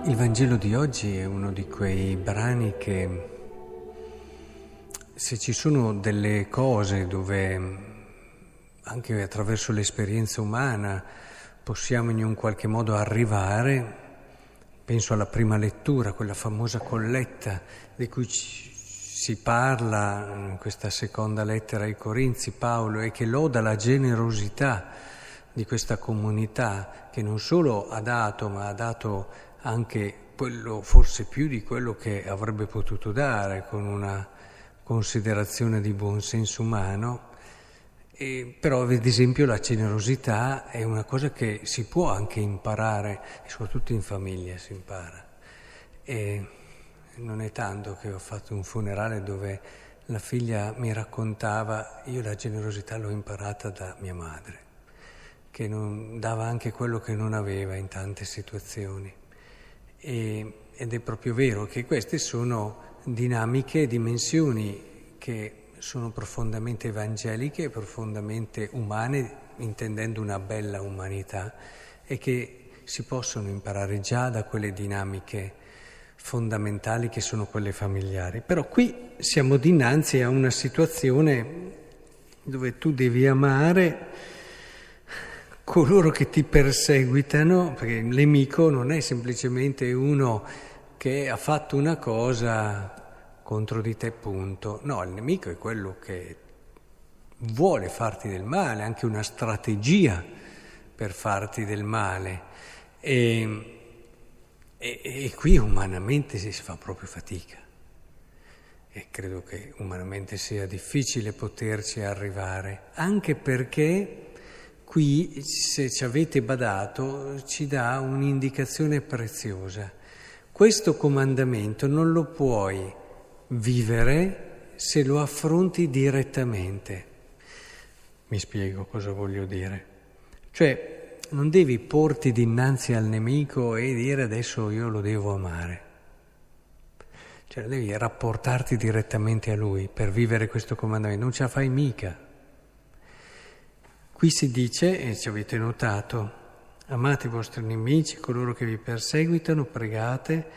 Il Vangelo di oggi è uno di quei brani che, se ci sono delle cose dove anche attraverso l'esperienza umana possiamo in un qualche modo arrivare, penso alla prima lettura, quella famosa colletta di cui si parla in questa seconda lettera ai Corinzi, Paolo, e che loda la generosità di questa comunità che non solo ha dato, ma ha dato anche quello, forse più di quello che avrebbe potuto dare, con una considerazione di buon senso umano. Però ad esempio la generosità è una cosa che si può anche imparare, e soprattutto in famiglia si impara. E non è tanto che ho fatto un funerale dove la figlia mi raccontava: io la generosità l'ho imparata da mia madre, che non dava anche quello che non aveva in tante situazioni. Ed è proprio vero che queste sono dinamiche, dimensioni che sono profondamente evangeliche, profondamente umane, intendendo una bella umanità, e che si possono imparare già da quelle dinamiche fondamentali che sono quelle familiari. Però qui siamo dinanzi a una situazione dove tu devi amare coloro che ti perseguitano, perché il nemico non è semplicemente uno che ha fatto una cosa contro di te, punto. No, il nemico è quello che vuole farti del male, anche una strategia per farti del male. E qui umanamente si fa proprio fatica. E credo che umanamente sia difficile poterci arrivare, anche perché qui, se ci avete badato, ci dà un'indicazione preziosa. Questo comandamento non lo puoi vivere se lo affronti direttamente. Mi spiego cosa voglio dire. Cioè, non devi porti dinanzi al nemico e dire adesso io lo devo amare. Cioè, devi rapportarti direttamente a lui per vivere questo comandamento. Non ce la fai mica. Qui si dice, e ci avete notato: amate i vostri nemici, coloro che vi perseguitano, pregate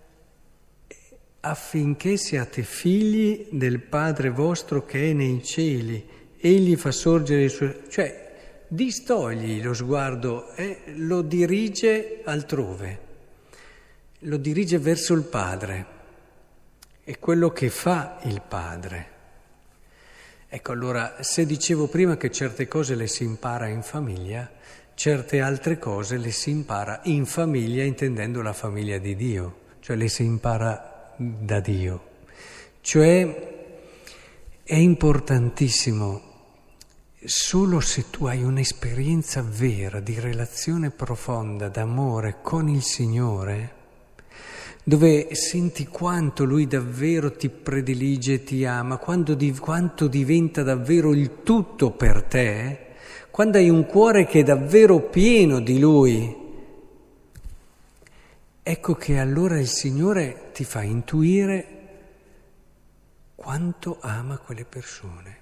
affinché siate figli del Padre vostro che è nei cieli. Egli fa sorgere il suo... Cioè, distogli lo sguardo e lo dirige altrove, lo dirige verso il Padre. È quello che fa il Padre. Ecco, allora, se dicevo prima che certe cose le si impara in famiglia, certe altre cose le si impara in famiglia, intendendo la famiglia di Dio, cioè le si impara da Dio. Cioè è importantissimo, solo se tu hai un'esperienza vera di relazione profonda, d'amore con il Signore, dove senti quanto Lui davvero ti predilige, ti ama, quanto diventa davvero il tutto per te, quando hai un cuore che è davvero pieno di Lui, ecco che allora il Signore ti fa intuire quanto ama quelle persone.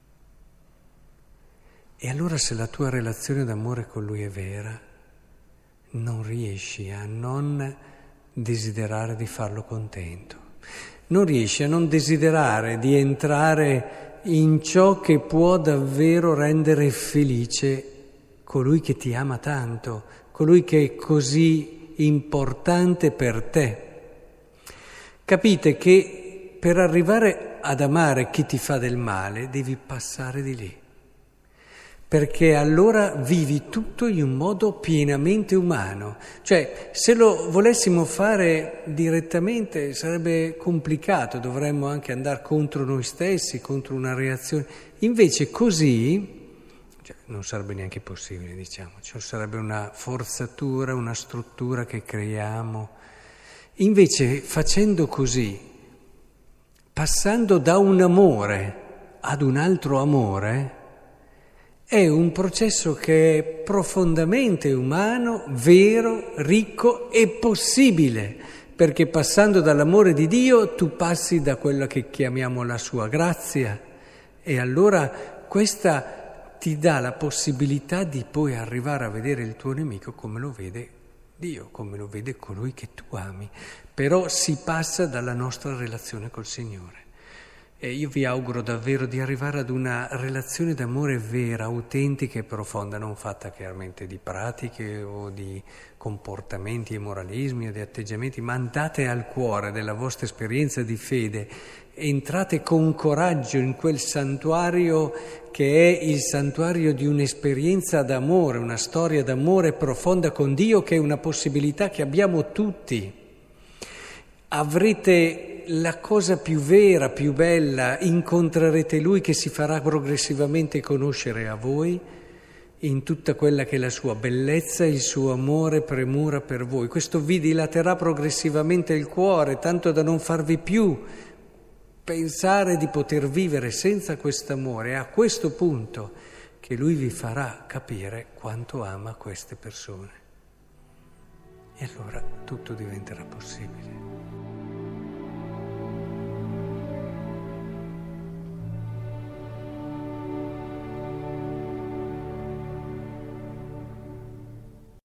E allora, se la tua relazione d'amore con Lui è vera, non riesci a non desiderare di farlo contento. Non riesci a non desiderare di entrare in ciò che può davvero rendere felice colui che ti ama tanto, colui che è così importante per te. Capite che per arrivare ad amare chi ti fa del male devi passare di lì, perché allora vivi tutto in un modo pienamente umano. Cioè, se lo volessimo fare direttamente sarebbe complicato, dovremmo anche andare contro noi stessi, contro una reazione. Invece così, cioè, non sarebbe neanche possibile, diciamo, cioè, sarebbe una forzatura, una struttura che creiamo. Invece, facendo così, passando da un amore ad un altro amore, è un processo che è profondamente umano, vero, ricco e possibile, perché passando dall'amore di Dio tu passi da quella che chiamiamo la sua grazia, e allora questa ti dà la possibilità di poi arrivare a vedere il tuo nemico come lo vede Dio, come lo vede colui che tu ami. Però si passa dalla nostra relazione col Signore. E io vi auguro davvero di arrivare ad una relazione d'amore vera, autentica e profonda, non fatta chiaramente di pratiche o di comportamenti e moralismi o di atteggiamenti, ma andate al cuore della vostra esperienza di fede, entrate con coraggio in quel santuario che è il santuario di un'esperienza d'amore, una storia d'amore profonda con Dio, che è una possibilità che abbiamo tutti. Avrete la cosa più vera, più bella, incontrerete Lui che si farà progressivamente conoscere a voi in tutta quella che è la sua bellezza, il suo amore, premura per voi. Questo vi dilaterà progressivamente il cuore, tanto da non farvi più pensare di poter vivere senza quest'amore. È a questo punto che Lui vi farà capire quanto ama queste persone. E allora tutto diventerà possibile.